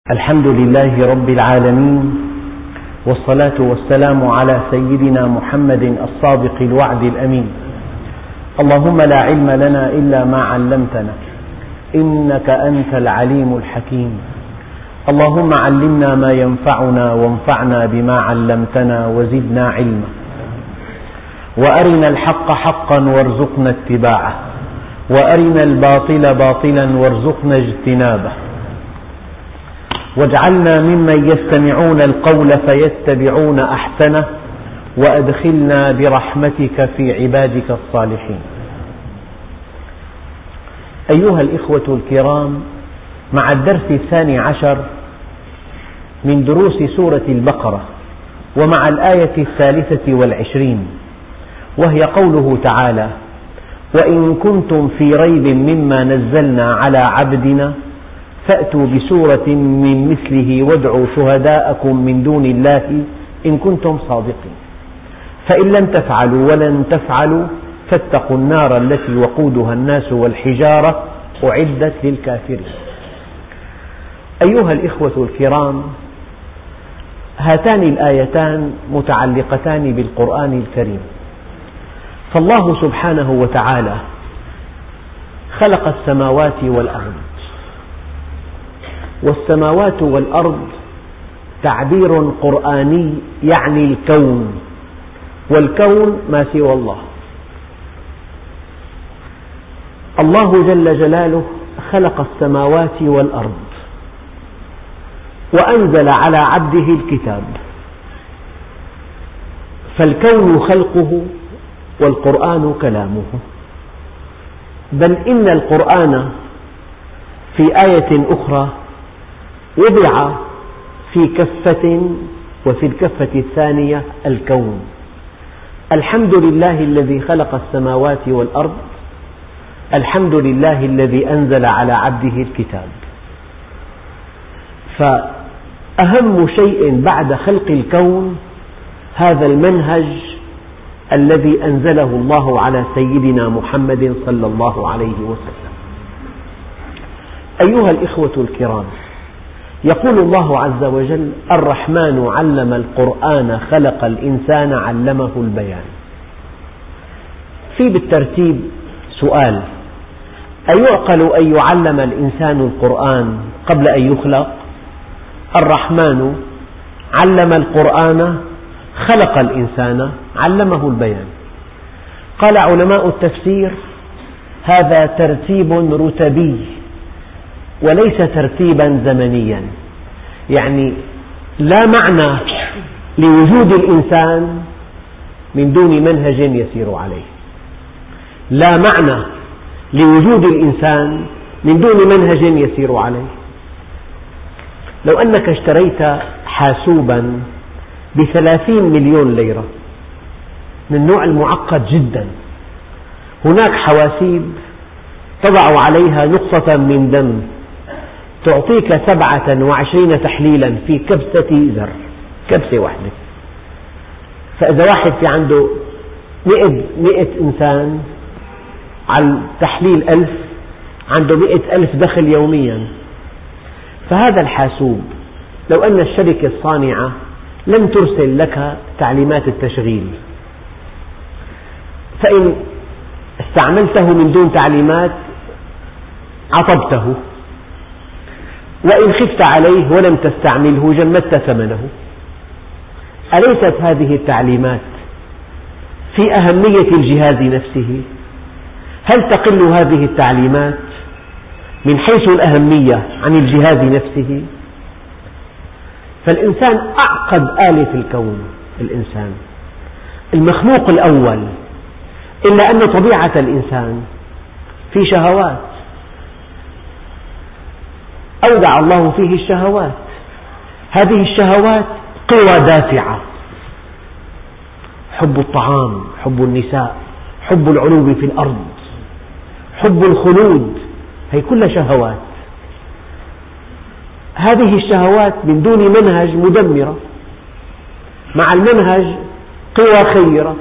الحمد لله رب العالمين، والصلاة والسلام على سيدنا محمد الصادق الوعد الأمين. اللهم لا علم لنا إلا ما علمتنا إنك أنت العليم الحكيم. اللهم علمنا ما ينفعنا وانفعنا بما علمتنا وزدنا علما، وأرنا الحق حقا وارزقنا اتباعه، وأرنا الباطل باطلا وارزقنا اجتنابه، واجعلنا ممن يستمعون القول فيتبعون أحسنه، وأدخلنا برحمتك في عبادك الصالحين. أيها الإخوة الكرام، مع الدرس 12 من دروس سورة البقرة، ومع الآية 23، وهي قوله تعالى: وإن كنتم في ريب مما نزلنا على عبدنا فأتوا بسورة من مثله وادعوا شهداءكم من دون الله إن كنتم صادقين، فإن لم تفعلوا ولن تفعلوا فاتقوا النار التي وقودها الناس والحجارة أعدت للكافرين. أيها الإخوة الكرام، هاتان الآيتان متعلقتان بالقرآن الكريم. فالله سبحانه وتعالى خلق السماوات والأرض، والسماوات والأرض تعبير قرآني يعني الكون، والكون ما سوى الله. الله جل جلاله خلق السماوات والأرض وأنزل على عبده الكتاب، فالكون خلقه والقرآن كلامه. بل إن القرآن في آية أخرى وضع في كفة، وفي الكفة الثانية الكون. الحمد لله الذي خلق السماوات والأرض، الحمد لله الذي أنزل على عبده الكتاب. فأهم شيء بعد خلق الكون هذا المنهج الذي أنزله الله على سيدنا محمد صلى الله عليه وسلم. أيها الإخوة الكرام، يقول الله عز وجل: الرحمن علم القرآن خلق الإنسان علمه البيان. في بالترتيب سؤال: أيعقل أن يعلم الإنسان القرآن قبل أن يخلق؟ الرحمن علم القرآن خلق الإنسان علمه البيان. قال علماء التفسير: هذا ترتيب رتبي وليس ترتيبا زمنيا، يعني لا معنى لوجود الإنسان من دون منهج يسير عليه، لا معنى لوجود الإنسان من دون منهج يسير عليه. لو أنك اشتريت حاسوبا ب30 مليون ليرة من النوع المعقد جدا، هناك حواسيب تضع عليها نقطة من دم تعطيك 27 تحليلا في كبسة زر، كبسة واحدة. فإذا واحد في عنده 100 إنسان على تحليل 1000، عنده 100,000 دخل يوميا. فهذا الحاسوب لو أن الشركة الصانعة لم ترسل لك تعليمات التشغيل، فإن استعملته من دون تعليمات عطبته، وإن خفت عليه ولم تستعمله جمدت ثمنه. أليست هذه التعليمات في أهمية الجهاز نفسه؟ هل تقل هذه التعليمات من حيث الأهمية عن الجهاز نفسه؟ فالإنسان أعقد آلة في الكون، الإنسان المخلوق الأول، إلا أن طبيعة الإنسان في شهوات، أودع الله فيه الشهوات. هذه الشهوات قوى دافعة: حب الطعام، حب النساء، حب العلو في الأرض، حب الخلود، هي كلها شهوات. هذه الشهوات من دون منهج مدمرة، مع المنهج قوى خيرة.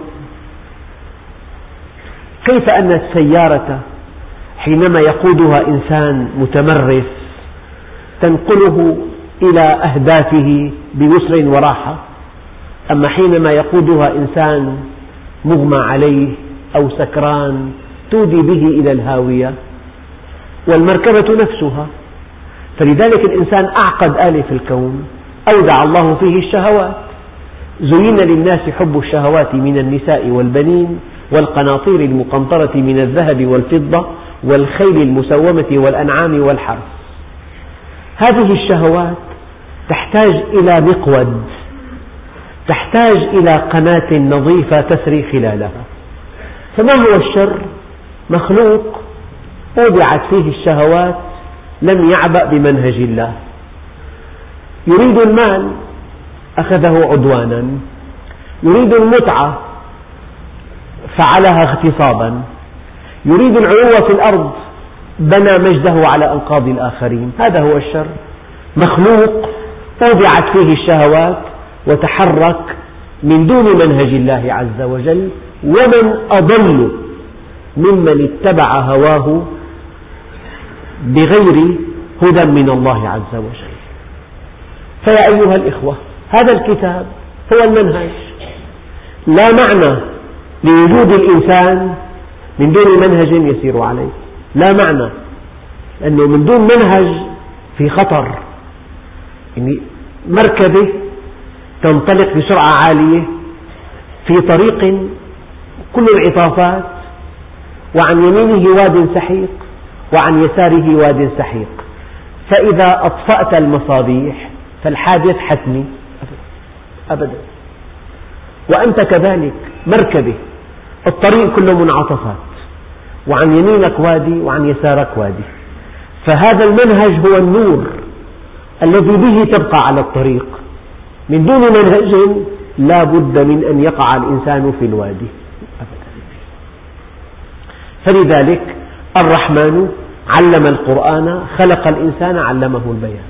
كيف أن السيارة حينما يقودها إنسان متمرس تنقله إلى أهدافه بيسر وراحة. أما حينما يقودها إنسان مغمى عليه أو سكران تودي به إلى الهاوية، والمركبة نفسها. فلذلك الإنسان أعقد آلة في الكون أودع الله فيه الشهوات. زين للناس حب الشهوات من النساء والبنين والقناطير المقنطرة من الذهب والفضة والخيل المسومة والأنعام والحرث. هذه الشهوات تحتاج إلى مقود، تحتاج إلى قناة نظيفة تسري خلالها. فما هو الشر؟ مخلوق أودعت فيه الشهوات، لم يعبأ بمنهج الله. يريد المال أخذه عدوانا، يريد المتعة فعلها اغتصابا، يريد العلو في الأرض بنى مجده على أنقاض الآخرين. هذا هو الشر. مخلوق أودعت فيه الشهوات وتحرك من دون منهج الله عز وجل. ومن أضل ممن اتبع هواه بغير هدى من الله عز وجل. فيا أيها الإخوة، هذا الكتاب هو المنهج. لا معنى لوجود الإنسان من دون منهج يسير عليه، لا معنى، لأنه من دون منهج في خطر. يعني مركبة تنطلق بسرعة عالية في طريق كل انعطافات، وعن يمينه واد سحيق وعن يساره واد سحيق، فإذا أطفأت المصابيح فالحادث حتمي أبدا. وأنت كذلك مركبة، الطريق كله منعطفات، وعن يمينك وادي وعن يسارك وادي. فهذا المنهج هو النور الذي به تبقى على الطريق. من دون منهج لا بد من أن يقع الإنسان في الوادي أبدا. فلذلك الرحمن علم القرآن، خلق الإنسان، علمه البيان.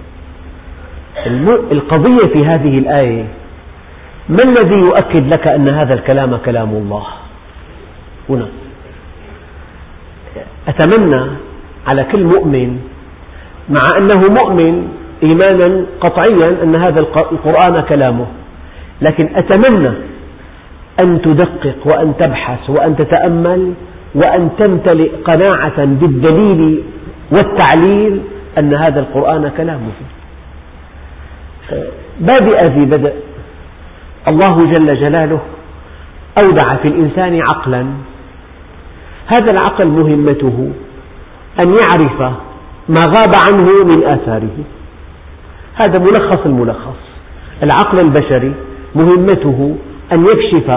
القضية في هذه الآية: ما الذي يؤكد لك أن هذا الكلام كلام الله؟ هنا أتمنى على كل مؤمن، مع أنه مؤمن إيمانا قطعيا أن هذا القرآن كلامه، لكن أتمنى أن تدقق وأن تبحث وأن تتأمل وأن تمتلئ قناعة بالدليل والتعليل أن هذا القرآن كلامه. بادئ ذي بدء، الله جل جلاله أودع في الإنسان عقلا. هذا العقل مهمته أن يعرف ما غاب عنه من آثاره. هذا ملخص الملخص. العقل البشري مهمته أن يكشف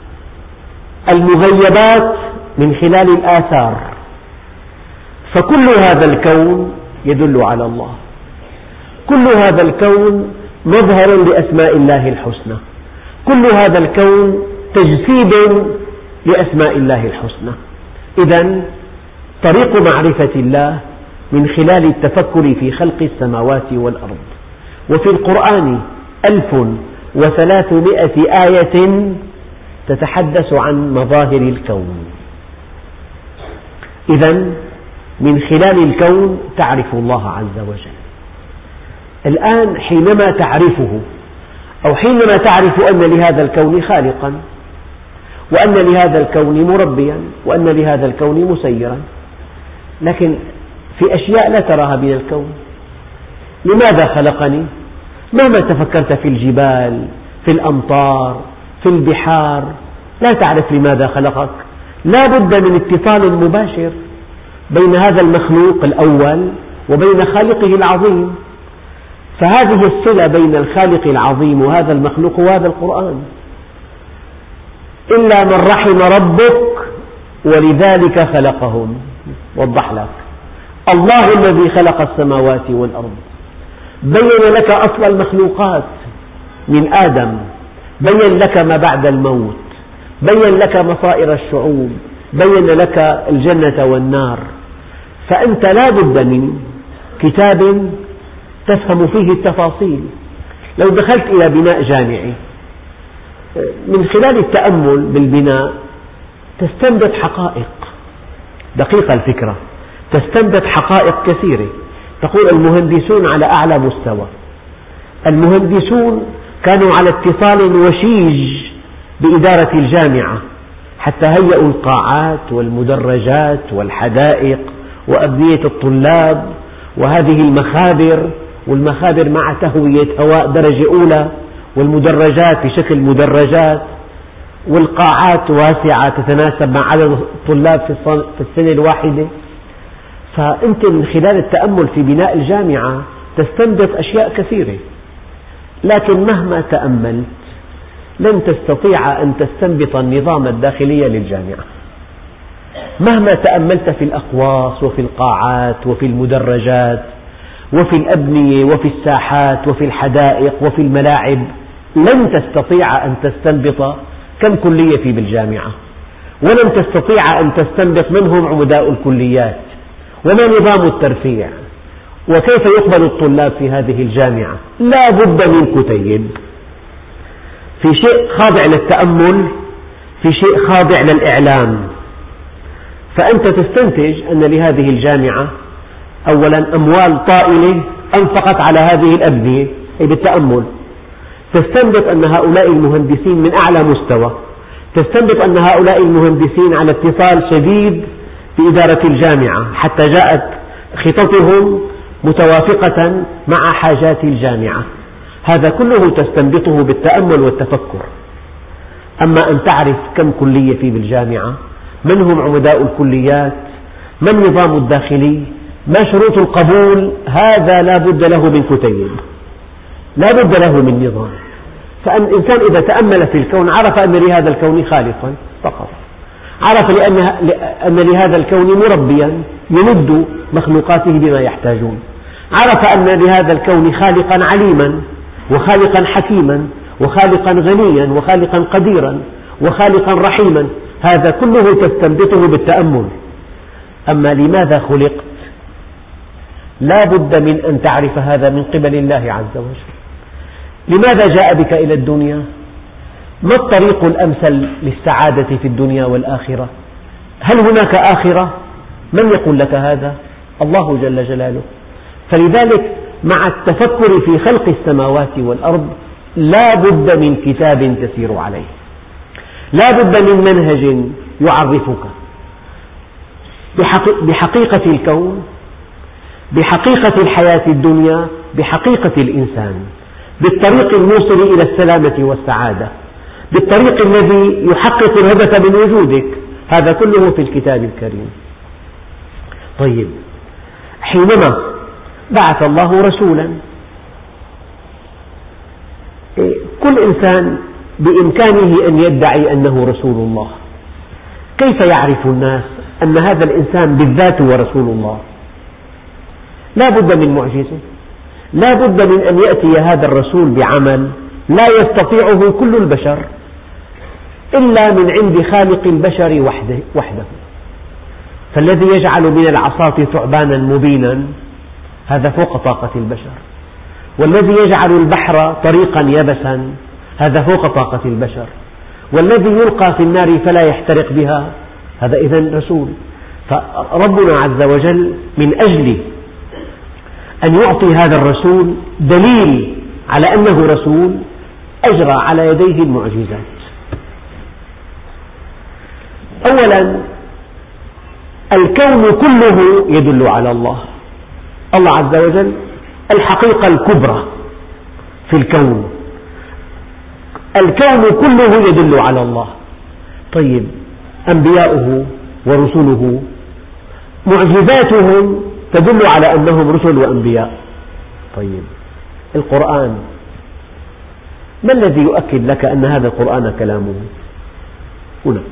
المغيبات من خلال الآثار. فكل هذا الكون يدل على الله، كل هذا الكون مظهر لأسماء الله الحسنى، كل هذا الكون تجسيد لأسماء الله الحسنى. إذن طريق معرفة الله من خلال التفكر في خلق السماوات والأرض. وفي القرآن 1300 آية تتحدث عن مظاهر الكون. إذن من خلال الكون تعرف الله عز وجل. الآن حينما تعرفه، أو حينما تعرف أن لهذا الكون خالقا، وأن لهذا الكون مربيا، وأن لهذا الكون مسيرا، لكن في أشياء لا تراها من الكون. لماذا خلقني؟ مهما تفكرت في الجبال، في الأمطار، في البحار، لا تعرف لماذا خلقك. لا بد من اتصال مباشر بين هذا المخلوق الأول وبين خالقه العظيم. فهذه الصلة بين الخالق العظيم وهذا المخلوق وهذا القرآن. إلا من رحم ربك ولذلك خلقهم. وضح لك الله الذي خلق السماوات والأرض، بين لك أصل المخلوقات من آدم، بين لك ما بعد الموت، بين لك مصائر الشعوب، بين لك الجنة والنار. فأنت لا بد من كتاب تفهم فيه التفاصيل. لو دخلت إلى بناء جامعي، من خلال التأمل بالبناء تستنبط حقائق دقيقة الفكرة، تستنبط حقائق كثيرة. تقول المهندسون على أعلى مستوى، المهندسون كانوا على اتصال وشيج بإدارة الجامعة حتى هيئوا القاعات والمدرجات والحدائق وأبنية الطلاب وهذه المخابر، والمخابر مع تهوية هواء درجة أولى، والمدرجات بشكل مدرجات، والقاعات واسعة تتناسب مع عدد الطلاب في السنة الواحدة. فأنت من خلال التأمل في بناء الجامعة تستنبط أشياء كثيرة، لكن مهما تأملت لن تستطيع أن تستنبط النظام الداخلي للجامعة. مهما تأملت في الأقواس وفي القاعات وفي المدرجات وفي الأبنية وفي الساحات وفي الحدائق وفي الملاعب لن تستطيع أن تستنبط كم كلية في بالجامعة، ولن تستطيع أن تستنبط من هم عمداء الكليات، وما نظام الترفيع، وكيف يقبل الطلاب في هذه الجامعة. لا بد من كتيب، في شيء خاضع للتأمل، في شيء خاضع للإعلام. فأنت تستنتج أن لهذه الجامعة أولا أموال طائلة أنفقت على هذه الأبنية، أي بالتأمل. تستنبط أن هؤلاء المهندسين من أعلى مستوى، تستنبط أن هؤلاء المهندسين على اتصال شديد بإدارة الجامعة حتى جاءت خططهم متوافقة مع حاجات الجامعة. هذا كله تستنبطه بالتأمل والتفكر. أما أن تعرف كم كلية في بالجامعة، من هم عمداء الكليات، ما النظام الداخلي، ما شروط القبول، هذا لا بد له من كتيب، لا بد له من نظام. فالإنسان إذا تأمل في الكون عرف أن لهذا الكون خالقا فقط، عرف أن لهذا الكون مربيا يمد مخلوقاته بما يحتاجون، عرف أن لهذا الكون خالقا عليما وخالقا حكيما وخالقا غنيا وخالقا قديرا وخالقا رحيما. هذا كله تستنبطه بالتأمل. أما لماذا خلقت؟ لا بد من أن تعرف هذا من قبل الله عز وجل. لماذا جاء بك إلى الدنيا؟ ما الطريق الأمثل للسعادة في الدنيا والآخرة؟ هل هناك آخرة؟ من يقول لك هذا؟ الله جل جلاله. فلذلك مع التفكر في خلق السماوات والأرض لا بد من كتاب تسير عليه، لا بد من منهج يعرفك بحقيقة الكون، بحقيقة الحياة الدنيا، بحقيقة الإنسان، بالطريق الموصل إلى السلامة والسعادة، بالطريق الذي يحقق الهدف من وجودك. هذا كله في الكتاب الكريم. طيب، حينما بعث الله رسولا، كل إنسان بإمكانه أن يدعي أنه رسول الله. كيف يعرف الناس أن هذا الإنسان بالذات هو رسول الله؟ لا بد من معجزة، لا بد من أن يأتي هذا الرسول بعمل لا يستطيعه كل البشر إلا من عند خالق البشر وحده. فالذي يجعل من العصاة ثعبانا مبينا هذا فوق طاقة البشر، والذي يجعل البحر طريقا يبسا هذا فوق طاقة البشر، والذي يلقى في النار فلا يحترق بها هذا إذن رسول. فربنا عز وجل من أجل أن يعطي هذا الرسول دليل على أنه رسول أجرى على يديه المعجزات. أولا، الكون كله يدل على الله. الله عز وجل الحقيقة الكبرى في الكون، الكون كله يدل على الله. طيب، أنبياؤه ورسله معجزاتهم تدل على أنهم رسل وأنبياء. طيب، القرآن ما الذي يؤكد لك أن هذا القرآن كلامه؟ هنا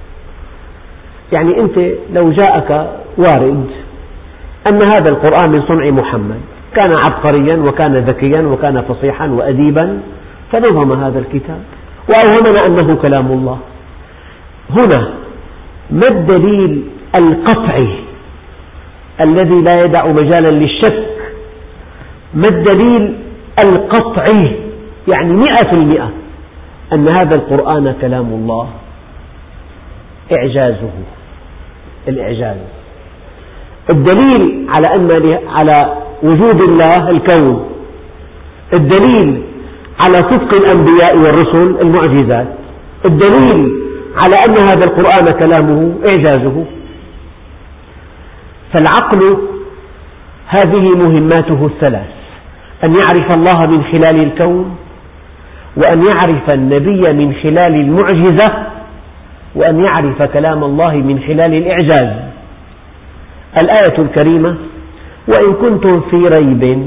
يعني أنت لو جاءك وارد أن هذا القرآن من صنع محمد، كان عبقريا وكان ذكيا وكان فصيحا وأديبا فنظم هذا الكتاب وأوهمنا أنه كلام الله. هنا ما الدليل القطعي الذي لا يدع مجالا للشك؟ ما الدليل القطعي يعني 100% أن هذا القرآن كلام الله؟ إعجازه، الإعجاز. الدليل على وجود الله الكون، الدليل على صدق الأنبياء والرسل المعجزات، الدليل على أن هذا القرآن كلامه إعجازه. فالعقل هذه مهماته الثلاث: أن يعرف الله من خلال الكون، وأن يعرف النبي من خلال المعجزة، وأن يعرف كلام الله من خلال الإعجاز. الآية الكريمة: وإن كنتم في ريب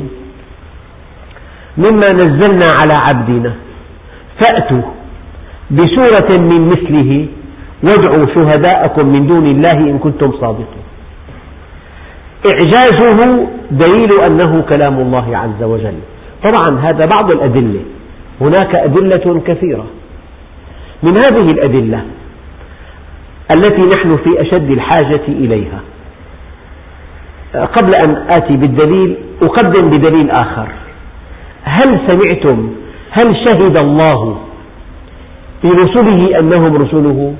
مما نزلنا على عبدنا فأتوا بسورة من مثله وادعوا شهداءكم من دون الله إن كنتم صادقين. إعجازه دليل أنه كلام الله عز وجل. طبعا هذا بعض الأدلة، هناك أدلة كثيرة. من هذه الأدلة التي نحن في أشد الحاجة إليها، قبل أن آتي بالدليل أقدم بدليل آخر. هل سمعتم هل شهد الله برسله أنهم رسله؟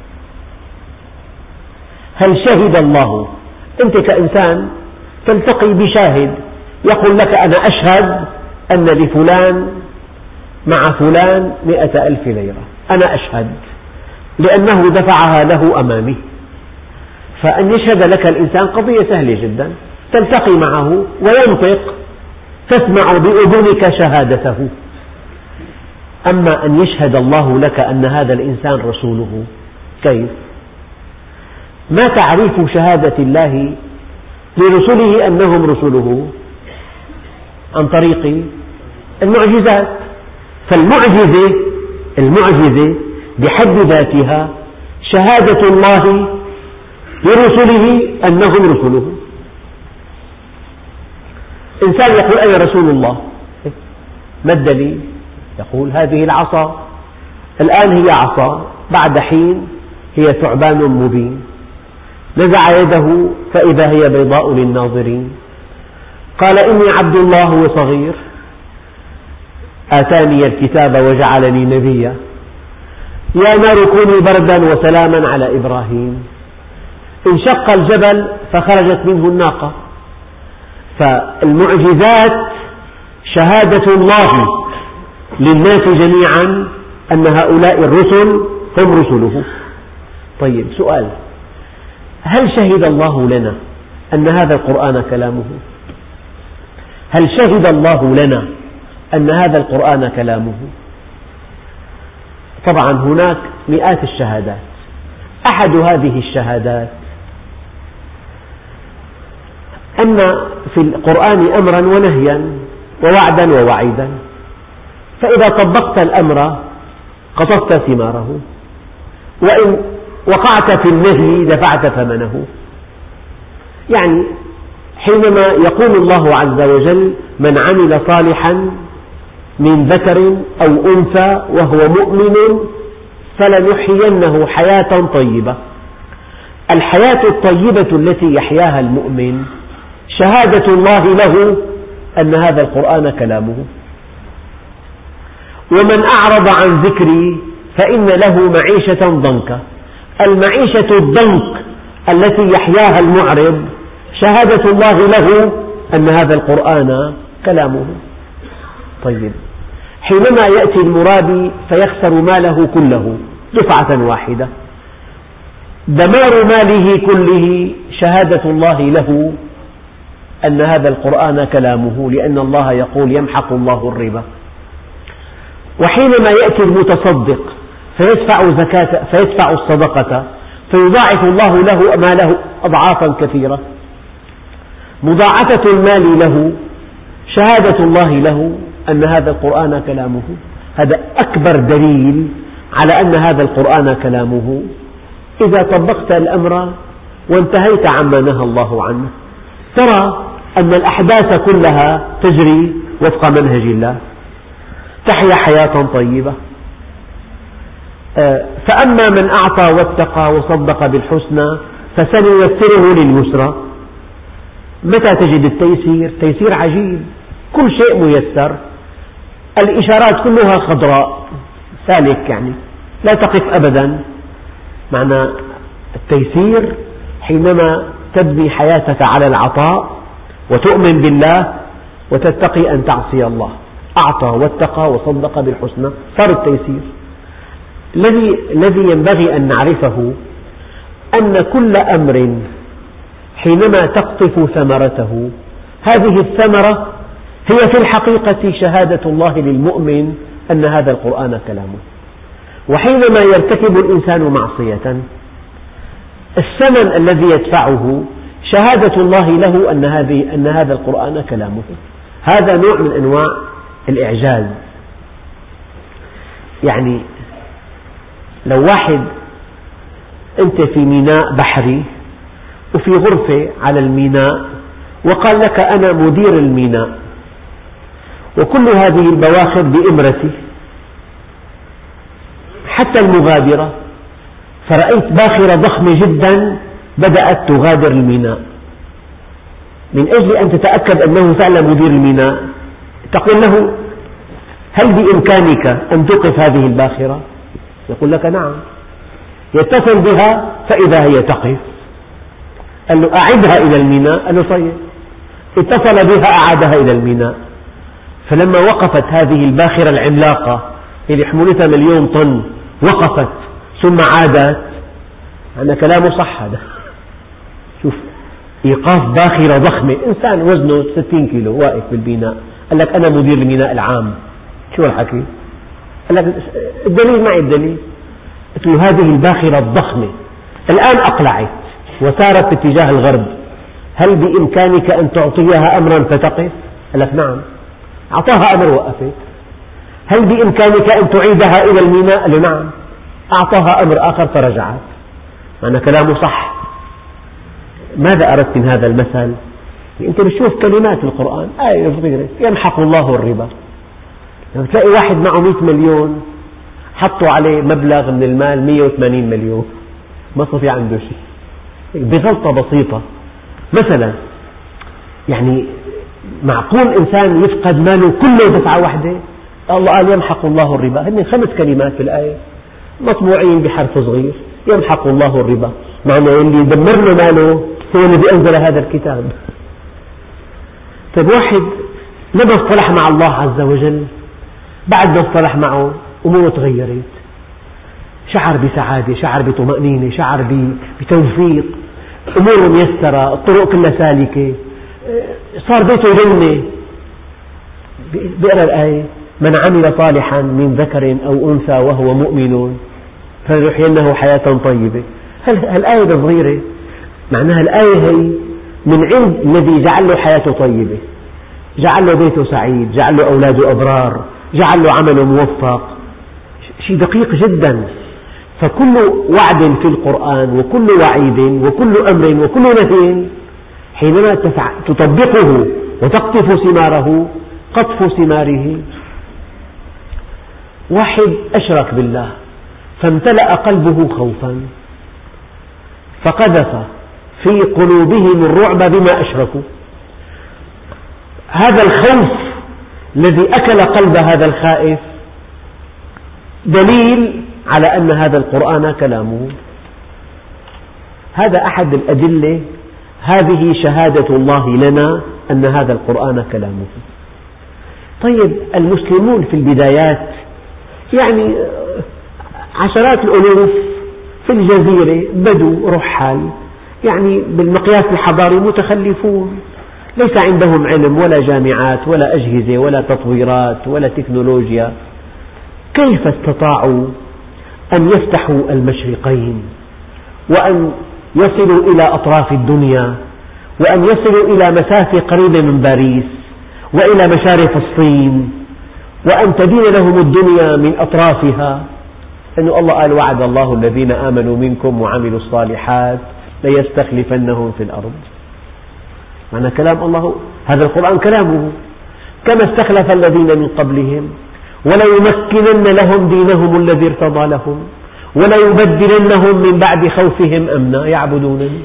هل شهد الله؟ أنت كإنسان تلتقي بشاهد يقول لك أنا أشهد أن لفلان مع فلان 100,000 ليرة، أنا أشهد لأنه دفعها له أمامي. فأن يشهد لك الإنسان قضية سهلة جدا، تلتقي معه وينطق، تسمع بأذنك شهادته. أما أن يشهد الله لك أن هذا الإنسان رسوله، كيف؟ ما تعريف شهادة الله لرسله أنهم رسله؟ عن طريق المعجزات. فالمعجزة بحد ذاتها شهادة الله لرسله أنهم رسله. إنسان يقول أنا رسول الله، ما الدليل؟ يقول هذه العصا، الآن هي عصا، بعد حين هي ثعبان مبين، نزع يده فإذا هي بيضاء للناظرين، قال إني عبد الله وصغير آتاني الكتاب وجعلني نبيا يا نار كوني بردا وسلاما على إبراهيم. انشق الجبل فخرجت منه الناقة. فالمعجزات شهادة الله للناس جميعا أن هؤلاء الرسل هم رسله. طيب سؤال: هل شهد الله لنا أن هذا القرآن كلامه؟ هل شهد الله لنا أن هذا القرآن كلامه؟ طبعا هناك مئات الشهادات. أحد هذه الشهادات أن في القرآن أمرا ونهيا ووعدا ووعيدا، فإذا طبقت الأمر قطفت ثماره، وإن وقعت في النهي دفعت ثمنه. يعني حينما يقول الله عز وجل من عمل صالحا من ذكر أو أنثى وهو مؤمن فلنحيينه حياة طيبة، الحياة الطيبة التي يحياها المؤمن شهادة الله له أن هذا القرآن كلامه. ومن أعرض عن ذكري فإن له معيشة ضنكا، المعيشة الضنك التي يحياها المعرض شهادة الله له أن هذا القرآن كلامه. طيب حينما يأتي المرابي فيخسر ماله كله دفعة واحدة، دمار ماله كله شهادة الله له أن هذا القرآن كلامه، لأن الله يقول يمحق الله الربا. وحينما يأتي المتصدق فيدفع الصدقة فيضاعف الله له ماله أضعافا كثيرة، مضاعفة المال له شهادة الله له أن هذا القرآن كلامه. هذا أكبر دليل على أن هذا القرآن كلامه إذا طبقت الأمر وانتهيت عما نهى الله عنه، ترى أن الأحداث كلها تجري وفق منهج الله، تحيا حياة طيبة. فأما من أعطى واتقى وصدق بالحسنى فسنيسره لليسرى. متى تجد التيسير؟ تيسير عجيب، كل شيء ميسر، الإشارات كلها خضراء، سالك يعني لا تقف أبدا. معنى التيسير حينما تبني حياتك على العطاء وتؤمن بالله وتتقي أن تعصي الله. أعطى واتقى وصدق بالحسنى، صار التيسير. الذي ينبغي أن نعرفه أن كل أمر حينما تقطف ثمرته، هذه الثمرة هي في الحقيقة شهادة الله للمؤمن أن هذا القرآن كلامه. وحينما يرتكب الإنسان معصية، الثمن الذي يدفعه شهادة الله له أن هذا القرآن كلامه. هذا نوع من أنواع الإعجاز. يعني لو واحد أنت في ميناء بحري وفي غرفة على الميناء وقال لك أنا مدير الميناء وكل هذه البواخر بإمرتي حتى المغادرة، فرأيت باخرة ضخمة جدا بدأت تغادر الميناء، من أجل أن تتأكد أنه فعلا مدير الميناء تقول له هل بإمكانك أن توقف هذه الباخرة؟ يقول لك نعم. يتصل بها فإذا هي تقف، قال له أعدها إلى الميناء، قال له طيب. اتصل بها أعادها إلى الميناء، فلما وقفت هذه الباخرة العملاقة اللي حمولتها 1,000,000 طن وقفت ثم عادت، أنا كلامه صح هذا. شوف، إيقاف باخرة ضخمة، إنسان وزنه 60 كيلو واقف بالميناء، قال لك أنا مدير الميناء العام، شو الحكي؟ قال لك الدليل معي الدليل. قلت له هذه الباخرة الضخمة الآن أقلعت وسارت باتجاه الغرب، هل بإمكانك أن تعطيها أمرا فتقف؟ قال لك نعم. أعطاها أمر وقفت. هل بإمكانك أن تعيدها إلى الميناء؟ قال له نعم. أعطاها أمر آخر فرجعت. معنى كلامه صح. ماذا أردت من هذا المثل؟ أنت بتشوف كلمات القرآن آية صغيرة يمحق الله الربا، لما تلاقي واحد معه 100 مليون حطوا عليه مبلغ من المال 180 مليون، ما صار في عنده شيء بغلطة بسيطة. مثلا يعني معقول إنسان يفقد ماله كله دفعة واحدة؟ الله قال يمحق الله الربا، هن 5 كلمات في الآية مطبوعين بحرف صغير، يمحق الله الربا، معنى اللي يدمر له ماله هو الذي أنزل هذا الكتاب. طيب واحد لما اصطلح مع الله عز وجل، بعد ما اصطلح معه أموره تغيرت، شعر بسعادة، شعر بطمأنينة، شعر بتوفيق، أموره ميسرة، الطرق كلها سالكة، صار بيته جنة. بيقرأ الآية من عمل صالحا من ذكر أو أنثى وهو مؤمن فلنحيينه حياة طيبة. الآية صغيرة، معناها الآية هي من عند الذي جعل له حياته طيبة، جعل له بيته سعيد، جعل له أولاده أبرار، جعل له عمله موفق، شيء دقيق جدا. فكل وعد في القرآن وكل وعيد وكل أمر وكل نهي حينما تطبقه وتقطف ثماره قطف ثماره. واحد أشرك بالله فامتلأ قلبه خوفا فقذف في قلوبهم الرعب بما أشركوا. هذا الخوف الذي أكل قلب هذا الخائف دليل على أن هذا القرآن كلامه. هذا أحد الأدلة، هذه شهادة الله لنا أن هذا القرآن كلامه. طيب المسلمون في البدايات يعني عشرات الألوف في الجزيرة، بدو رحال، يعني بالمقياس الحضاري متخلفون، ليس عندهم علم ولا جامعات ولا أجهزة ولا تطويرات ولا تكنولوجيا. كيف استطاعوا أن يفتحوا المشرقين وأن يصلوا إلى أطراف الدنيا وأن يصلوا إلى مسافة قريبة من باريس وإلى مشارف الصين وأن تبين لهم الدنيا من أطرافها؟ لأن الله قال وعد الله الذين آمنوا منكم وعملوا الصالحات ليستخلفنهم في الأرض. معنى كلام الله، هذا القرآن كلامه، كما استخلف الذين من قبلهم وليمكنن لهم دينهم الذي ارتضى لهم وليبدلنهم من بعد خوفهم أمنا يعبدونني.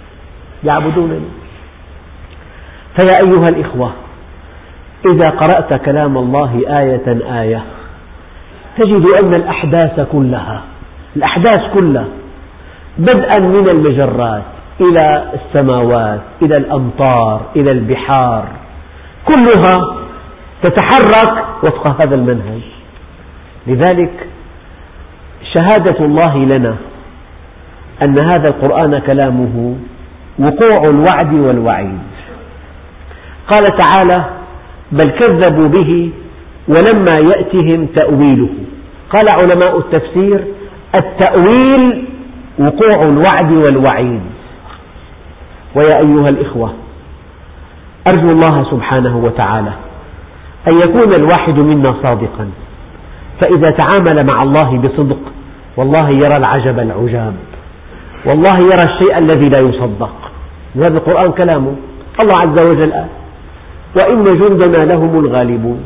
فيا أيها الإخوة، إذا قرأت كلام الله آية آية تجد أن الأحداث كلها بدءا من المجرات إلى السماوات إلى الأمطار إلى البحار كلها تتحرك وفق هذا المنهج. لذلك شهادة الله لنا أن هذا القرآن كلامه وقوع الوعد والوعيد. قال تعالى: بل كذبوا به ولما يأتهم تأويله. قال علماء التفسير: التأويل وقوع الوعد والوعيد. ويا أيها الإخوة، أرجو الله سبحانه وتعالى أن يكون الواحد منا صادقا، فإذا تعامل مع الله بصدق والله يرى العجب العجاب، والله يرى الشيء الذي لا يصدق. وهذا القرآن كلامه. الله عز وجل قال: وإن جندنا لهم الغالبون.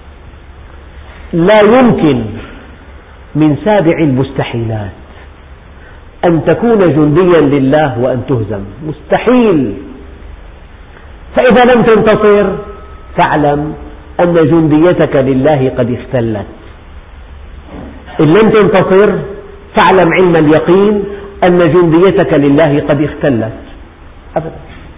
لا يمكن من سابع المستحيلات أن تكون جنديا لله وأن تهزم، مستحيل. فإذا لم تنتصر فاعلم أن جنديتك لله قد اختلت. إن لم تنتصر فاعلم علم اليقين أن جنديتك لله قد اختلت. أبدا.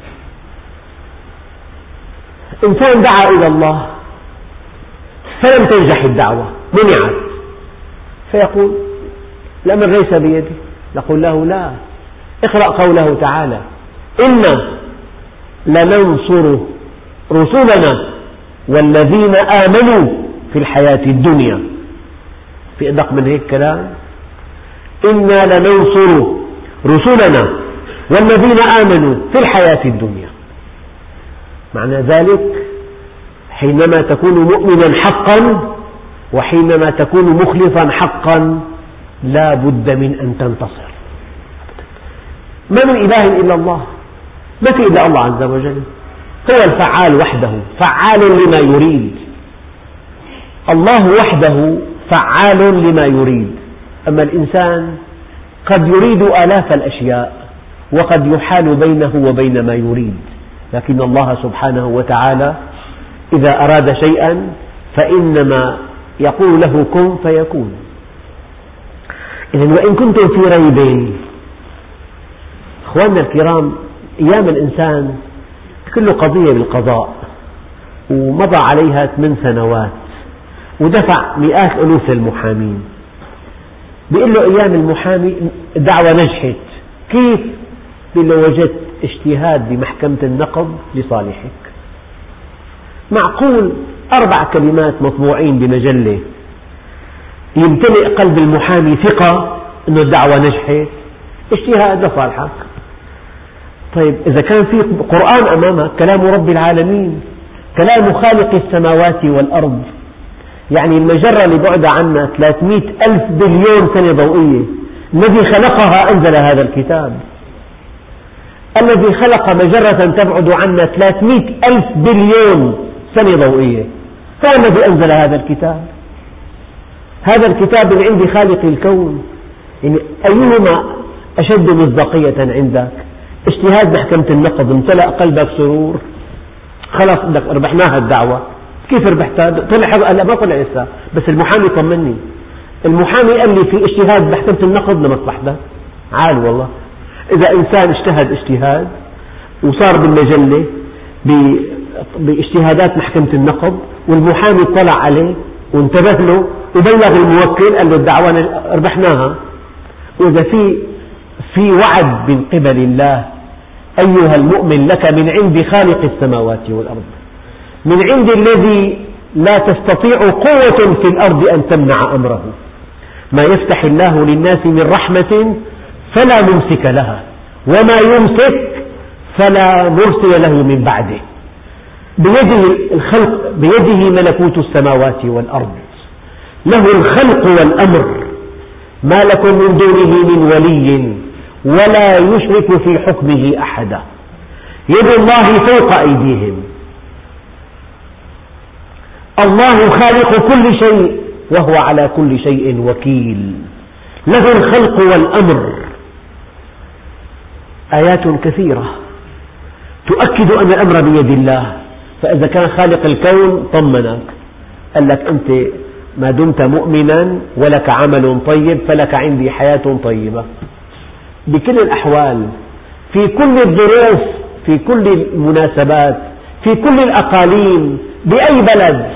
إنسان دعا إلى الله فلم تنجح الدعوة، منعت، فيقول: الأمر ليس بيدي. نقول له: لا، اقرأ قوله تعالى: إنا لننصر رسلنا والذين آمنوا في الحياة الدنيا. في أدق من هيك كلام؟ إنا لننصر رسلنا والذين آمنوا في الحياة الدنيا. معنى ذلك حينما تكون مؤمنا حقا وحينما تكون مخلصا حقا لا بد من أن تنتصر. ما من إله إلا الله، ما في إلا الله عز وجل، هو الفعال وحده، فعال لما يريد. الله وحده فعال لما يريد. أما الإنسان قد يريد آلاف الأشياء وقد يحال بينه وبين ما يريد، لكن الله سبحانه وتعالى إذا أراد شيئا فإنما يقول له كن فيكون. إذن وإن كنتم في ريب، أخواننا الكرام، أيام الإنسان كل قضية بالقضاء، ومضى عليها 8 سنوات ودفع مئات ألوف للمحامين. بيقول له أيام المحامي الدعوة نجحت، كيف؟ بيقول له: وجدت اجتهاد بمحكمة النقض لصالحك. معقول 4 كلمات مطبوعين بمجلة يمتلئ قلب المحامي ثقة أن الدعوة نجحت؟ اجتهاد لصالحك. طيب إذا كان في قرآن أمامك، كلام رب العالمين، كلام خالق السماوات والأرض، يعني المجرة اللي بعد عنا 300,000 بليون سنة ضوئية، الذي خلقها أنزل هذا الكتاب. الذي خلق مجرة تبعد عنا 300,000 بليون سنة ضوئية، هو الذي أنزل هذا الكتاب. هذا الكتاب من عند خالق الكون. يعني أيهما أشد مصداقية عندك؟ اجتهاد محكمة النقض امتلأ قلبك سرور، خلاص بدك ربحناها الدعوة. كيف ربحتها؟ طلع ما طلع لسه، بس المحامي طمني. المحامي قال لي في اجتهاد محكمة النقض لمصلحتك. عال والله. إذا إنسان اجتهد اجتهاد وصار بالمجلة باجتهادات محكمة النقض والمحامي اطلع عليه وانتبه له وبلغ الموكل قال له الدعوة ربحناها. وإذا في وعد من قبل الله أيها المؤمن لك من عند خالق السماوات والأرض، من عند الذي لا تستطيع قوة في الأرض أن تمنع أمره. ما يفتح الله للناس من رحمة فلا ممسك لها وما يمسك فلا مرسل له من بعده. بيده الخلق، بيده ملكوت السماوات والأرض، له الخلق والأمر، ما لكم من دونه من ولي ولا يشرك في حكمه أحدا. يد الله فوق أيديهم. الله خالق كل شيء وهو على كل شيء وكيل، له الخلق والأمر. آيات كثيرة تؤكد أن الأمر بيد الله. فإذا كان خالق الكون طمنك، قال لك أنت ما دمت مؤمنا ولك عمل طيب فلك عندي حياة طيبة. بكل الأحوال، في كل الظروف، في كل المناسبات، في كل الأقاليم، بأي بلد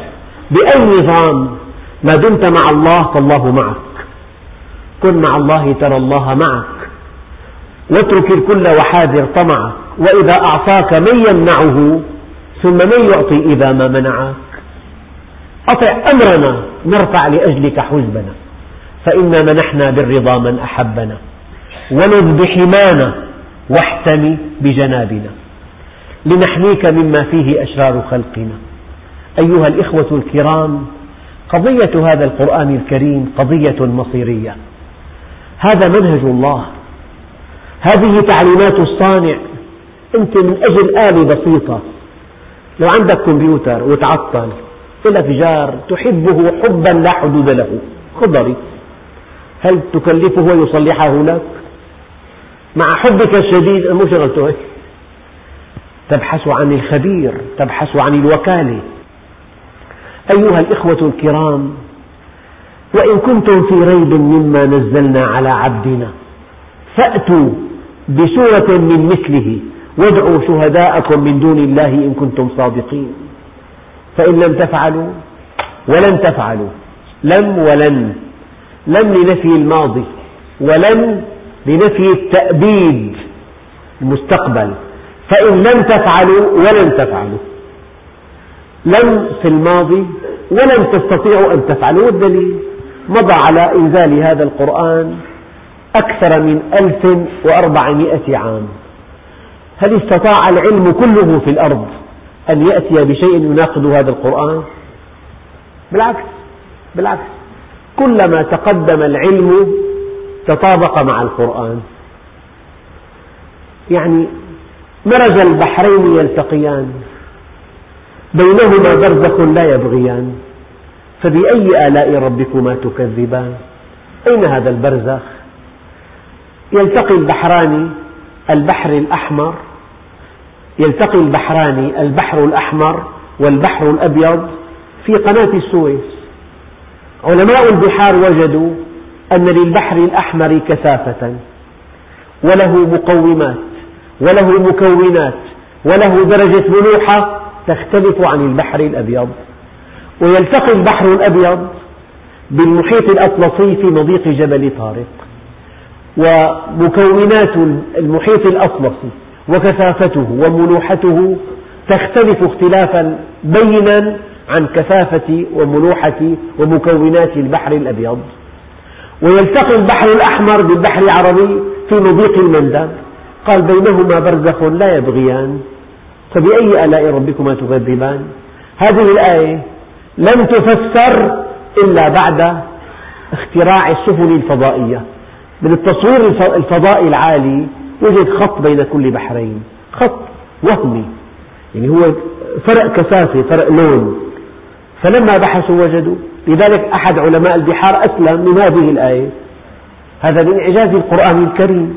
بأي نظام ما دمت مع الله فالله معك. كن مع الله ترى الله معك، واترك الكل وحاذر طمعك، وإذا أعطاك من يمنعه ثم من يعطي إذا ما منعك. أطع أمرنا نرفع لأجلك حزبنا، فإنا منحنا بالرضا من أحبنا، ولذ بحمانا واحتمي بجنابنا، لنحميك مما فيه أشرار خلقنا. أيها الإخوة الكرام، قضية هذا القرآن الكريم قضية مصيرية. هذا منهج الله، هذه تعليمات الصانع. أنت من أجل آلة بسيطة، لو عندك كمبيوتر وتعطل لك جار تحبه حبا لا حدود له، خضري، هل تكلفه ويصلحه لك؟ مع حبك الشديد مو شغلته هيك، تبحث عن الخبير، تبحث عن الوكالة. أيها الإخوة الكرام، وإن كنتم في ريب مما نزلنا على عبدنا فأتوا بسورة من مثله وادعوا شهداءكم من دون الله إن كنتم صادقين. فإن لم تفعلوا ولن تفعلوا، لم ولن، لم لنفي الماضي، ولن لنفي التأبيد المستقبل. فإن لم تفعلوا ولن تفعلوا، لم في الماضي ولن تستطيعوا أن تفعلوا. والدليل مضى على إنزال هذا القرآن أكثر من 1400 عام. هل استطاع العلم كله في الأرض أن يأتي بشيء يناقض هذا القرآن؟ بالعكس، كلما تقدم العلم تطابق مع القرآن. يعني مرج البحرين يلتقيان بينهما برزخ لا يبغيان، فبأي آلاء ربكما تكذبان. أين هذا البرزخ؟ يلتقي البحران، البحر الأحمر، يلتقي البحران البحر الأحمر والبحر الأبيض في قناة السويس. علماء البحار وجدوا أن للبحر الأحمر كثافة، وله مقومات، وله مكونات، وله درجة ملوحة تختلف عن البحر الأبيض. ويلتقي البحر الأبيض بالمحيط الأطلسي في مضيق جبل طارق، ومكونات المحيط الأطلسي وكثافته وملوحته تختلف اختلافا بينا عن كثافة وملوحة ومكونات البحر الأبيض. ويلتقي البحر الأحمر بالبحر العربي في مضيق المندب، قال بينهما برزخ لا يبغيان، فبأي آلاء ربكما تكذبان. هذه الآية لم تفسر إلا بعد اختراع السفن الفضائية. من التصوير الفضائي العالي وجد خط بين كل بحرين، خط وهمي، يعني هو فرق كثافة، فرق لون. فلما بحثوا وجدوا، لذلك أحد علماء البحار أسلم من هذه الآية. هذا من إعجاز القرآن الكريم.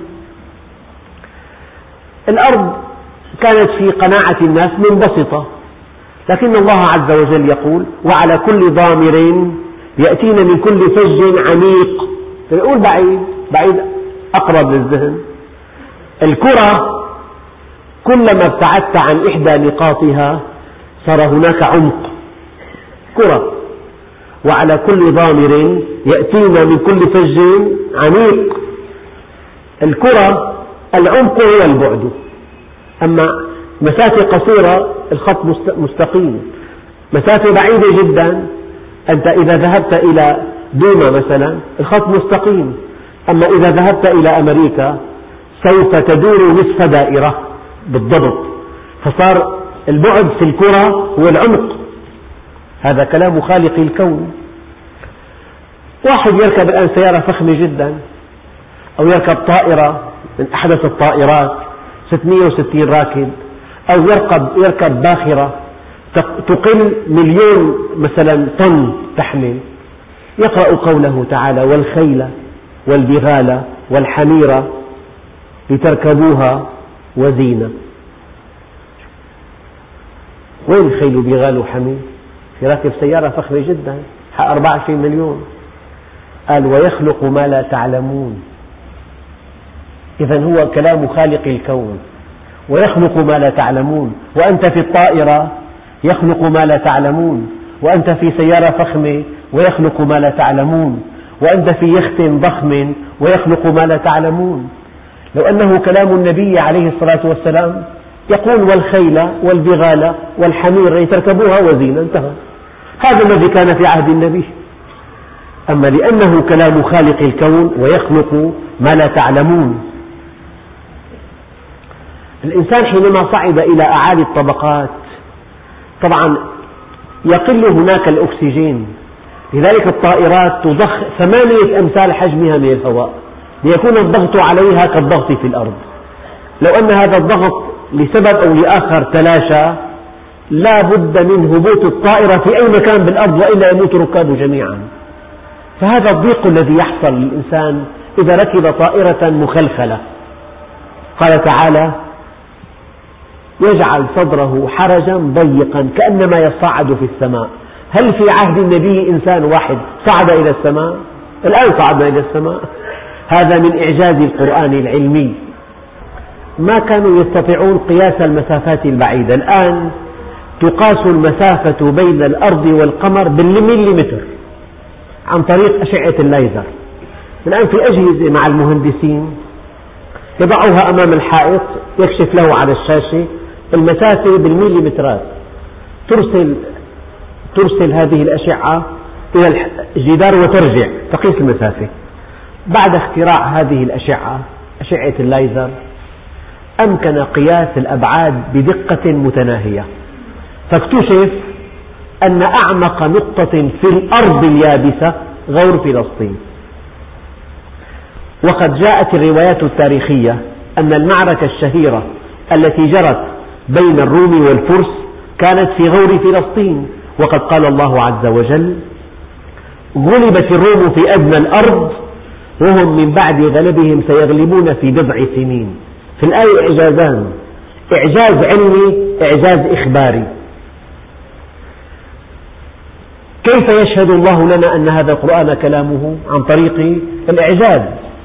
الأرض كانت في قناعة الناس منبسطة، لكن الله عز وجل يقول وعلى كل ضامر يأتين من كل فج عميق. يقول بعيد أقرب للذهن. الكرة كلما ابتعدت عن إحدى نقاطها صار هناك عمق. كرة وعلى كل ضامر يأتين من كل فج عميق. الكرة العمق هو البعد، أما مسافة قصيرة الخط مستقيم. مسافة بعيدة جدا، أنت إذا ذهبت إلى دوما مثلا الخط مستقيم، أما إذا ذهبت إلى أمريكا سوف تدور نصف دائرة بالضبط. فصار البعد في الكرة هو العمق. هذا كلام خالق الكون. واحد يركب الآن سيارة فخمة جدا، أو يركب طائرة من أحدث الطائرات 660 راكب، أو يركب باخرة تقل 1,000,000 مثلا طن تحمل، يقرأ قوله تعالى والخيل والبغال والحمير لتركبوها وزينة. وين الخيل وبغال وحمير؟ في راكب سيارة فخمة جدا حق 24 مليون. قال ويخلق ما لا تعلمون. إذن هو كلام خالق الكون، ويخلق ما لا تعلمون. وأنت في الطائرة يخلق ما لا تعلمون، وأنت في سيارة فخمة ويخلق ما لا تعلمون، وأنت في يخت ضخم ويخلق ما لا تعلمون. لو أنه كلام النبي عليه الصلاة والسلام يقول والخيل والبغال والحمير تركبوها وزينة، انتهى. هذا الذي كان في عهد النبي. أما لأنه كلام خالق الكون ويخلق ما لا تعلمون. الإنسان حينما صعد إلى أعالي الطبقات طبعا يقل هناك الأكسجين، لذلك الطائرات تضخ 8 أمثال حجمها من الهواء ليكون الضغط عليها كالضغط في الأرض. لو أن هذا الضغط لسبب أو لآخر تلاشى لا بد من هبوط الطائرة في أي مكان بالأرض وإلا يموت ركابه جميعا. فهذا الضيق الذي يحصل للإنسان إذا ركب طائرة مخلخلة. قال تعالى يجعل صدره حرجا ضيقا كأنما يصعد في السماء. هل في عهد النبي إنسان واحد صعد إلى السماء؟ الآن صعدنا إلى السماء. هذا من إعجاز القرآن العلمي. ما كانوا يستطيعون قياس المسافات البعيدة، الآن تقاس المسافة بين الأرض والقمر بالمليمتر عن طريق أشعة الليزر. الآن في أجهزة مع المهندسين يضعها أمام الحائط يكشف له على الشاشة المسافة بالمليمترات، ترسل هذه الأشعة إلى الجدار وترجع تقيس المسافة. بعد اختراع هذه الأشعة، أشعة الليزر، أمكن قياس الأبعاد بدقة متناهية، فاكتشف أن أعمق نقطة في الأرض اليابسة غور فلسطين. وقد جاءت الروايات التاريخية أن المعركة الشهيرة التي جرت بين الروم والفرس كانت في غور فلسطين، وقد قال الله عز وجل غلبت الروم في أدنى الأرض وهم من بعد غلبهم سيغلبون في بضع سنين. في الآية إعجازان، إعجاز علمي، إعجاز إخباري. كيف يشهد الله لنا أن هذا القرآن كلامه؟ عن طريق الإعجاز.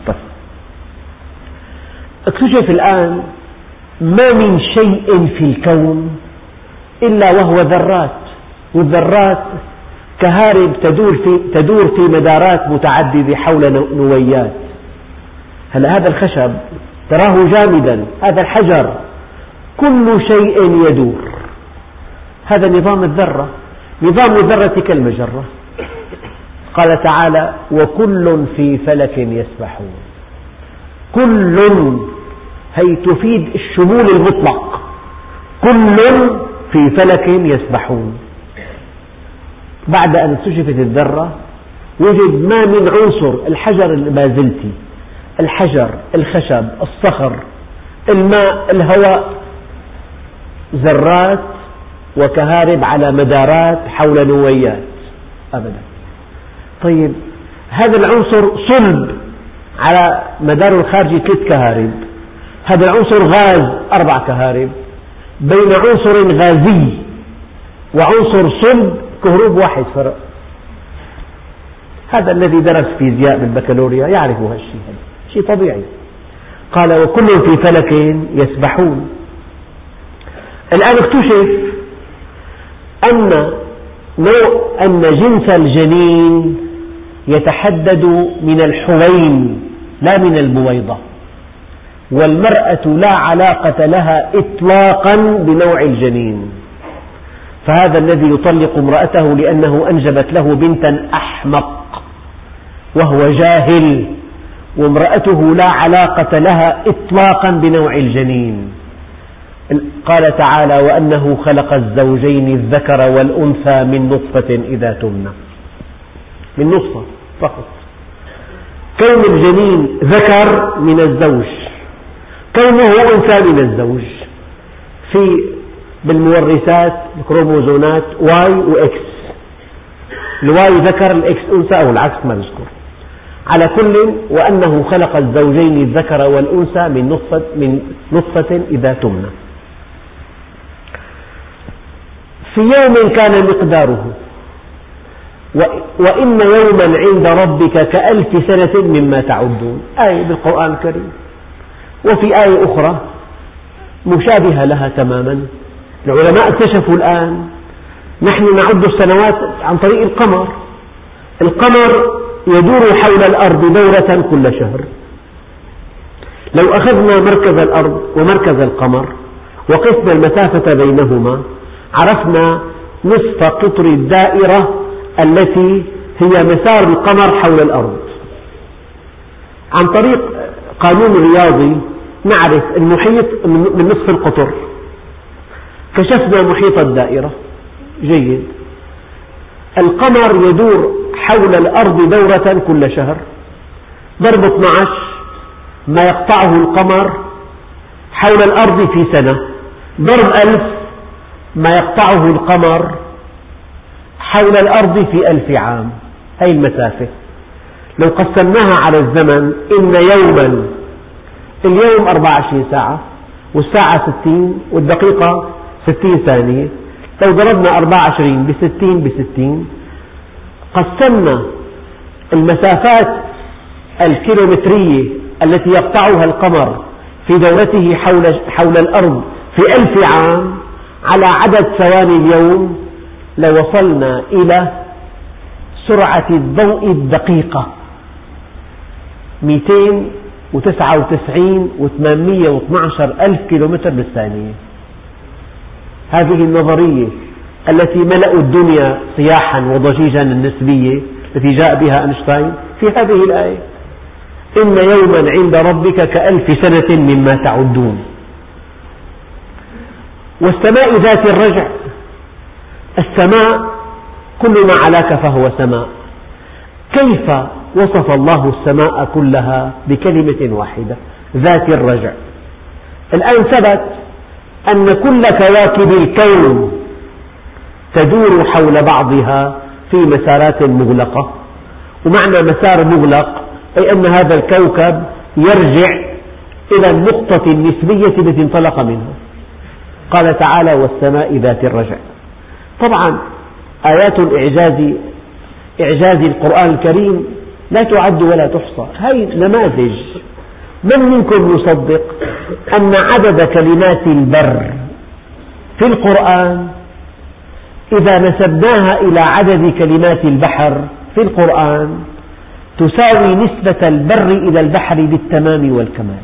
اكتشف الآن ما من شيء في الكون إلا وهو ذرات، والذرات كهارب تدور في مدارات متعددة حول نويات. هذا الخشب تراه جامدا، هذا الحجر، كل شيء يدور. هذا نظام الذرة. نظام الذرة كالمجرة. قال تعالى وكل في فلك يسبحون. كل هي تفيد الشمول المطلق، كل في فلك يسبحون. بعد أن اكتشفت الذرة وجد ما من عنصر، الحجر البازلتي، الحجر، الخشب، الصخر، الماء، الهواء، ذرات وكهارب على مدارات حول نويات أبدا. طيب هذا العنصر صلب على مداره الخارجي 3 كهارب، هذا العنصر غاز 4 كهارب، بين عنصر غازي وعنصر صلب كهرب واحد فرق. هذا الذي درس فيزياء بالبكالوريا يعرف هذا الشيء، شيء طبيعي. قال وكل في فلك يسبحون. الآن اكتشف أن جنس الجنين يتحدد من الحوين لا من البويضة، والمرأة لا علاقة لها إطلاقا بنوع الجنين. فهذا الذي يطلق امرأته لأنه أنجبت له بنتا أحمق وهو جاهل، وامرأته لا علاقة لها إطلاقا بنوع الجنين. قال تعالى وأنه خلق الزوجين الذكر والأنثى من نطفة إذا تمنى، من نطفة فقط. كون الجنين ذكر من الزوج، كونه أنثى من الزوج. بالمورثات الكروموزومات واي وإكس، الواي ذكر الإكس أنثى أو العكس ما نذكر. على كل وأنه خلق الزوجين الذكر والأنثى من نطفة إذا تمنى. في يوم كان مقداره وإن يوما عند ربك كألف سنة مما تعدون. آية بالقرآن الكريم. وفي آية أخرى مشابهة لها تماما، العلماء اكتشفوا الآن نحن نعد السنوات عن طريق القمر. القمر يدور حول الأرض دورة كل شهر. لو أخذنا مركز الأرض ومركز القمر وقسنا المسافة بينهما عرفنا نصف قطر الدائرة التي هي مسار القمر حول الأرض. عن طريق قانون رياضي نعرف المحيط من نصف القطر. كشفنا محيط الدائرة. جيد. القمر يدور حول الأرض دورة كل شهر، ضرب 12 ما يقطعه القمر حول الأرض في سنة، ضرب 1000 ما يقطعه القمر حول الأرض في 1000 عام. هذه المسافة لو قسمناها على الزمن إن يوما، اليوم 24 ساعة والساعة 60 والدقيقة 60 ثانية، لو ضربنا 24 ب60 قسمنا المسافات الكيلومترية التي يقطعها القمر في دورته حول الأرض في 1000 عام على عدد ثواني اليوم لوصلنا إلى سرعة الضوء الدقيقة 299,812 ألف كيلومتر بالثانية. هذه النظرية التي ملأوا الدنيا صياحا وضجيجا النسبية التي جاء بها أينشتاين في هذه الآية: إن يوما عند ربك كألف سنة مما تعدون. والسماء ذات الرجع، السماء كل ما علاك فهو سماء. كيف وصف الله السماء كلها بكلمة واحدة ذات الرجع؟ الآن ثبت أن كل كواكب الكون تدور حول بعضها في مسارات مغلقة. ومعنى مسار مغلق أي أن هذا الكوكب يرجع إلى النقطة النسبية التي انطلق منها. قال تعالى: والسماء ذات الرجع. طبعا آيات إعجاز القرآن الكريم لا تعد ولا تحصى. هذه نماذج. من منكم يصدق أن عدد كلمات البر في القرآن إذا نسبناها إلى عدد كلمات البحر في القرآن تساوي نسبة البر إلى البحر بالتمام والكمال؟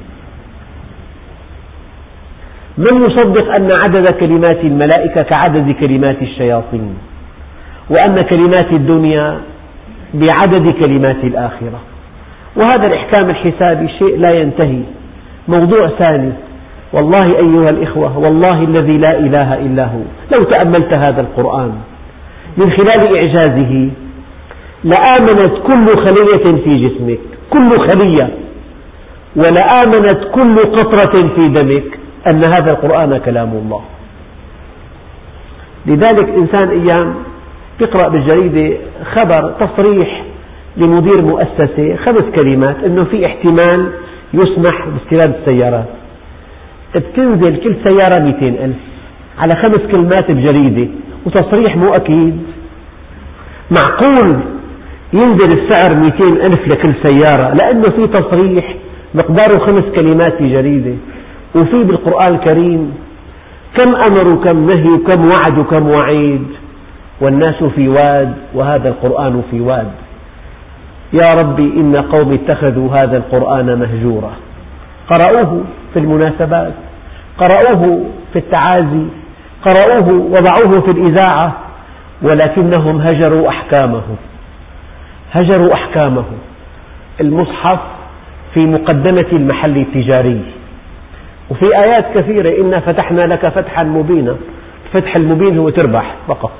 من يصدق أن عدد كلمات الملائكة كعدد كلمات الشياطين، وأن كلمات الدنيا بعدد كلمات الآخرة؟ وهذا الإحكام الحسابي شيء لا ينتهي، موضوع ثاني. والله أيها الإخوة، والله الذي لا إله إلا هو، لو تأملت هذا القرآن من خلال إعجازه لآمنت كل خلية في جسمك، كل خلية، ولآمنت كل قطرة في دمك أن هذا القرآن كلام الله. لذلك إنسان أيام يقرأ بالجريدة خبر تصريح لمدير مؤسسة 5 كلمات أنه في احتمال يسمح باستيراد السيارات، بتنزل كل سيارة 200,000 على 5 كلمات بجريدة وتصريح مو أكيد. معقول ينزل السعر 200,000 لكل سيارة لأنه في تصريح مقداره 5 كلمات في جريدة؟ وفي بالقرآن الكريم كم أمر وكم نهي وكم وعد وكم وعيد، والناس في واد وهذا القرآن في واد. يا ربي إن قوم اتخذوا هذا القرآن مهجورا. قرأوه في المناسبات، قرأوه في التعازي، قرأوه وضعوه في الإذاعة، ولكنهم هجروا أحكامه. هجروا أحكامه. المصحف في مقدمة المحل التجاري، وفي آيات كثيرة: إنا فتحنا لك فتحا مبينا. الفتح المبين هو تربح فقط.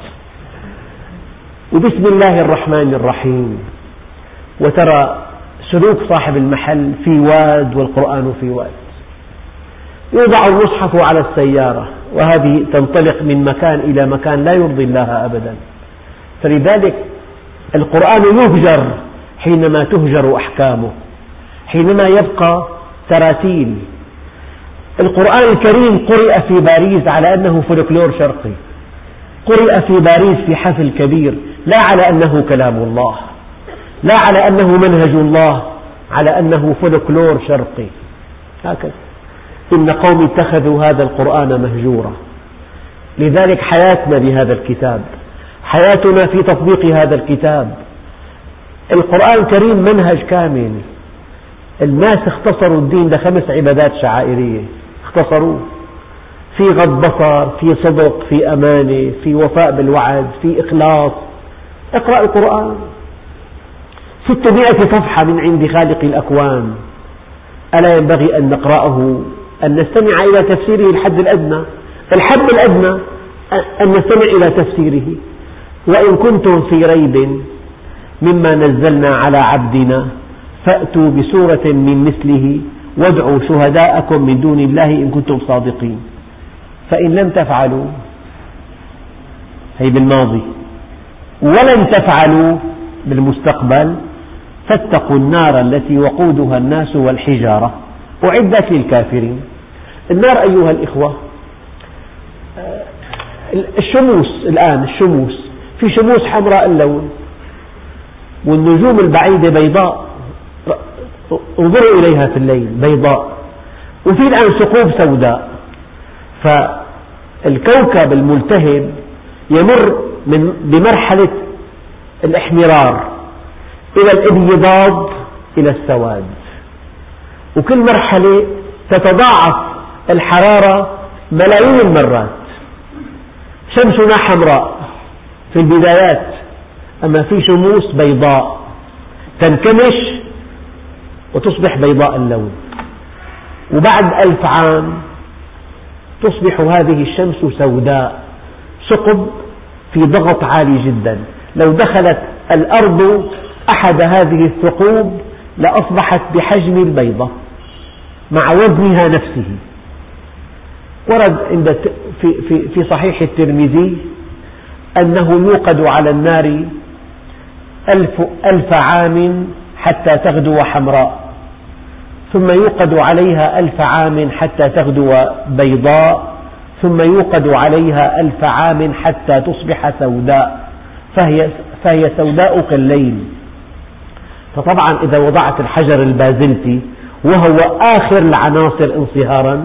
وبسم الله الرحمن الرحيم. وترى سلوك صاحب المحل في واد والقرآن في واد. يوضع المصحف على السيارة وهذه تنطلق من مكان إلى مكان لا يرضي الله أبدا. فلذلك القرآن يهجر حينما تهجر أحكامه، حينما يبقى تراتيل. القرآن الكريم قرئ في باريس على أنه فولكلور شرقي، قرئ في باريس في حفل كبير، لا على أنه كلام الله، لا على أنه منهج الله، على أنه فولكلور شرقي. هكذا. إن قوم اتخذوا هذا القرآن مهجورا. لذلك حياتنا بهذا الكتاب حياتنا في تطبيق هذا الكتاب. القرآن الكريم منهج كامل. الناس اختصروا الدين ل5 عبادات شعائرية، اختصروه، في غض بصر، في صدق، في أمانة، في وفاء بالوعد، في إخلاص. اقرأ القرآن 600 صفحة من عند خالق الأكوان. ألا ينبغي أن نقرأه، أن نستمع إلى تفسيره الحد الأدنى. الحد الأدنى أن نستمع إلى تفسيره. وإن كنتم في ريب مما نزلنا على عبدنا فأتوا بسورة من مثله وادعوا شهداءكم من دون الله إن كنتم صادقين. فإن لم تفعلوا، هي بالماضي، ولن تفعلوا بالمستقبل، فاتقوا النار التي وقودها الناس والحجارة أعدت للكافرين. النار أيها الإخوة، الشموس الآن، في شموس حمراء اللون، والنجوم البعيدة بيضاء، انظروا إليها في الليل بيضاء، وفي الآن ثقوب سوداء. فالكوكب الملتهب يمر بمرحلة الاحمرار إلى الابيضاد إلى السواد، وكل مرحلة تتضاعف الحرارة ملايين المرات. شمسنا حمراء في البدايات، أما في شموس بيضاء تنكمش وتصبح بيضاء اللون، وبعد 1000 عام تصبح هذه الشمس سوداء، ثقب في ضغط عالي جدا. لو دخلت الأرض أحد هذه الثقوب لأصبحت بحجم البيضة مع وزنها نفسه. ورد في صحيح الترمذي أنه يوقد على النار 1000 عام حتى تغدو حمراء، ثم يوقد عليها 1000 عام حتى تغدو بيضاء، ثم يوقد عليها 1000 عام حتى تصبح سوداء، فهي سوداء كالليل. فطبعا إذا وضعت الحجر البازلتي وهو آخر العناصر انصهارا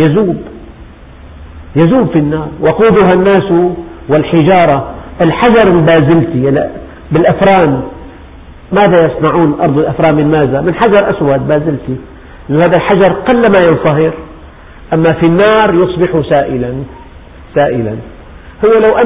يذوب في النار. وقودها الناس والحجارة. الحجر البازلتي بالأفران، ماذا يصنعون أرض الأفران من ماذا؟ من حجر أسود بازلتي. هذا الحجر قلما ينصهر، أما في النار يصبح سائلا. هو لو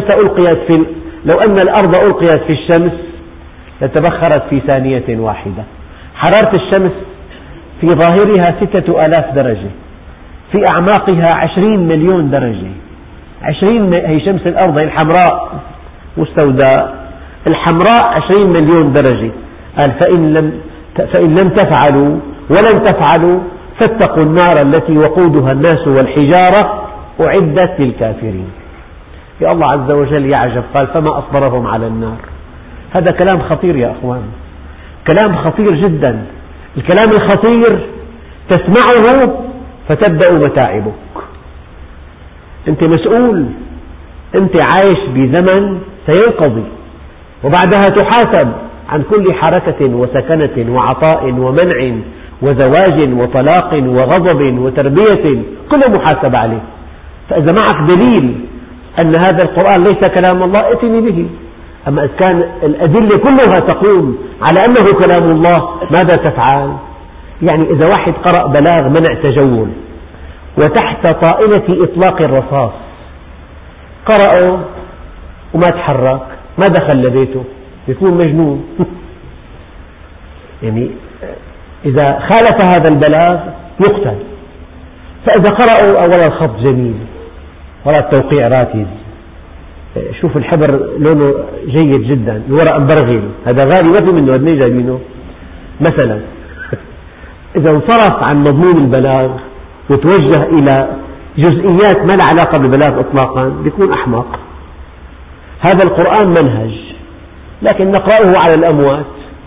أن الأرض ألقيت في الشمس لتبخرت في ثانية واحدة. حرارة الشمس في ظاهرها 6000 درجة، في أعماقها 20 مليون درجة. هي شمس الأرض، هي الحمراء والسوداء. الحمراء 20 مليون درجة. قال فإن لم تفعلوا ولن تفعلوا فاتقوا النار التي وقودها الناس والحجارة أعدت للكافرين. يا الله عز وجل يعجب، قال فما أصبرهم على النار. هذا كلام خطير يا أخوان، كلام خطير جدا. الكلام الخطير تسمعه فتبدأ متاعبك. أنت مسؤول، أنت عايش بزمن سينقضي، وبعدها تحاسب عن كل حركة وسكنة وعطاء ومنع وزواج وطلاق وغضب وتربية، كله محاسب عليه. فإذا معك دليل أن هذا القرآن ليس كلام الله ائتني به. أما إذا كان الأدلة كلها تقوم على أنه كلام الله، ماذا تفعل؟ يعني إذا واحد قرأ بلاغ منع تجول وتحت طائلة إطلاق الرصاص، قرأه وما تحرك، ما دخل لبيته، يكون مجنون. يعني إذا خالف هذا البلاغ يقتل. فإذا قرأوا أولا الخط جميل ولا التوقيع راكز، شوف الحبر لونه جيد جدا، الورق مبرغل، هذا غالي ما في منه، هذا جايبينه مثلا. إذا انصرف عن مضمون البلاغ وتوجه إلى جزئيات ما لها علاقة بالبلاغ إطلاقا بيكون أحمق. هذا القرآن منهج، لكن نقرأه على الأموات،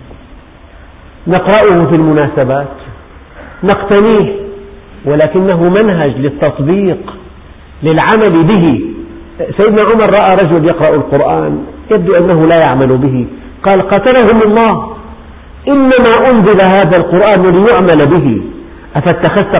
نقرأه في المناسبات، نقتنيه، ولكنه منهج للتطبيق، للعمل به. سيدنا عمر رأى رجل يقرأ القرآن يبدو أنه لا يعمل به، قال قتلهم الله، إنما أنزل هذا القرآن ليعمل به، أفاتخذت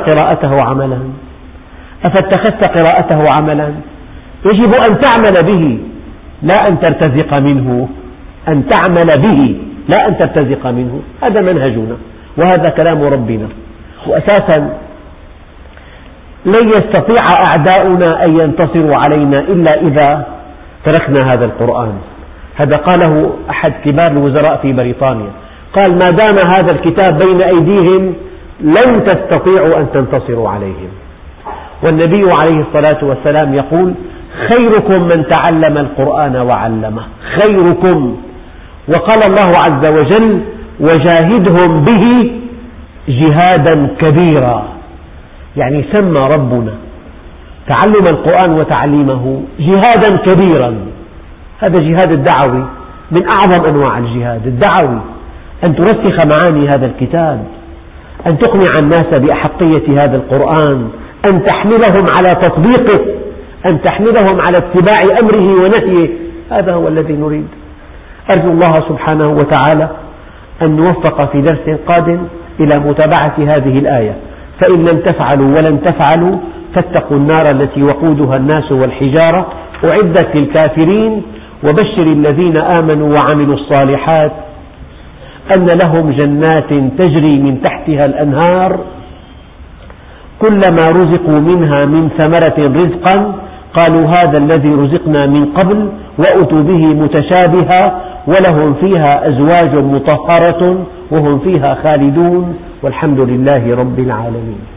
قراءته عملا؟ يجب أن تعمل به. لا أن ترتزق منه، أن تعمل به لا أن ترتزق منه. هذا منهجنا وهذا كلام ربنا. وأساسا لن يستطيع أعداؤنا أن ينتصروا علينا إلا إذا تركنا هذا القرآن. هذا قاله أحد كبار الوزراء في بريطانيا، قال: ما دام هذا الكتاب بين أيديهم لن تستطيعوا أن تنتصروا عليهم. والنبي عليه الصلاة والسلام يقول: خيركم من تعلم القرآن وعلمه، خيركم. وقال الله عز وجل: وجاهدهم به جهادا كبيرا. يعني سمى ربنا تعلم القرآن وتعليمه جهادا كبيرا. هذا جهاد الدعوي من أعظم أنواع الجهاد الدعوي، أن ترسخ معاني هذا الكتاب، أن تقنع الناس بأحقية هذا القرآن، أن تحملهم على تطبيقه، أن تحملهم على اتباع أمره ونهيه. هذا هو الذي نريد. أرجو الله سبحانه وتعالى أن نوفق في درس قادم إلى متابعة هذه الآية. فإن لم تفعلوا ولن تفعلوا فاتقوا النار التي وقودها الناس والحجارة أعدت للكافرين وبشر الذين آمنوا وعملوا الصالحات أن لهم جنات تجري من تحتها الأنهار كلما رزقوا منها من ثمرة رزقا قالوا هذا الذي رزقنا من قبل وأتوا به متشابها ولهم فيها أزواج مطهرة وهم فيها خالدون والحمد لله رب العالمين.